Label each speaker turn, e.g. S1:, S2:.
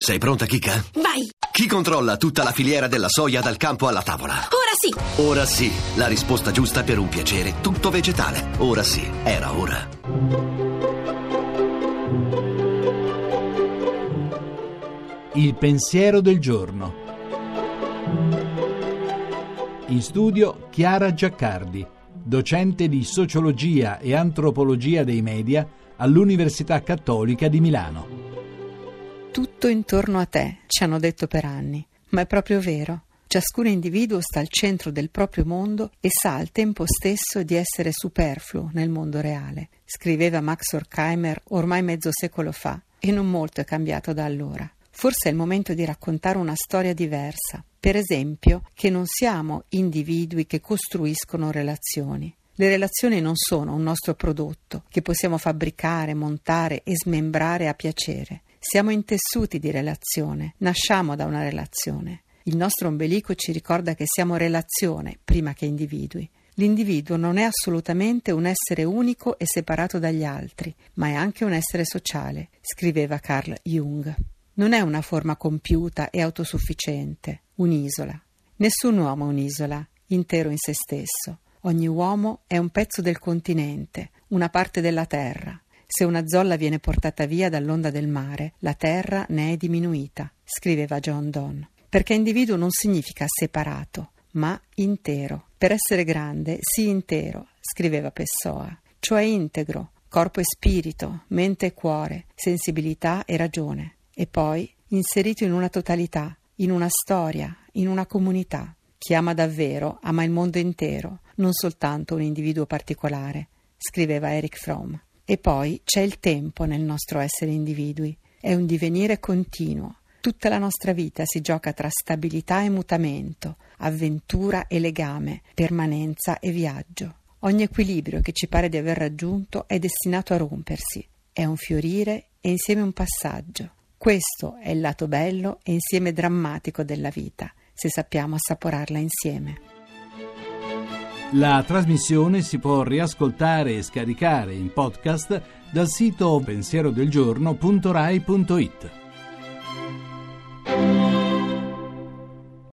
S1: Sei pronta, Kika?
S2: Vai!
S1: Chi controlla tutta la filiera della soia dal campo alla tavola?
S2: Ora sì!
S1: Ora sì, la risposta giusta per un piacere tutto vegetale. Ora sì, era ora.
S3: Il pensiero del giorno. In studio Chiara Giaccardi, docente di sociologia e antropologia dei media all'Università Cattolica di Milano.
S4: Tutto intorno a te, ci hanno detto per anni, ma è proprio vero. Ciascun individuo sta al centro del proprio mondo e sa al tempo stesso di essere superfluo nel mondo reale, scriveva Max Horkheimer ormai mezzo secolo fa, e non molto è cambiato da allora. Forse è il momento di raccontare una storia diversa, per esempio che non siamo individui che costruiscono relazioni. Le relazioni non sono un nostro prodotto che possiamo fabbricare, montare e smembrare a piacere. Siamo intessuti di relazione, nasciamo da una relazione. Il nostro ombelico ci ricorda che siamo relazione prima che individui. L'individuo non è assolutamente un essere unico e separato dagli altri, ma è anche un essere sociale, scriveva Carl Jung. Non è una forma compiuta e autosufficiente, un'isola. Nessun uomo è un'isola, intero in se stesso. Ogni uomo è un pezzo del continente, una parte della terra. Se una zolla viene portata via dall'onda del mare, la terra ne è diminuita, scriveva John Donne. Perché individuo non significa separato, ma intero. Per essere grande, sii intero, scriveva Pessoa, cioè integro, corpo e spirito, mente e cuore, sensibilità e ragione. E poi inserito in una totalità, in una storia, in una comunità. Chi ama davvero ama il mondo intero, non soltanto un individuo particolare, scriveva Erich Fromm. E poi c'è il tempo nel nostro essere individui, è un divenire continuo. Tutta la nostra vita si gioca tra stabilità e mutamento, avventura e legame, permanenza e viaggio. Ogni equilibrio che ci pare di aver raggiunto è destinato a rompersi, è un fiorire e insieme un passaggio. Questo è il lato bello e insieme drammatico della vita, se sappiamo assaporarla insieme.
S3: La trasmissione si può riascoltare e scaricare in podcast dal sito pensierodelgiorno.rai.it.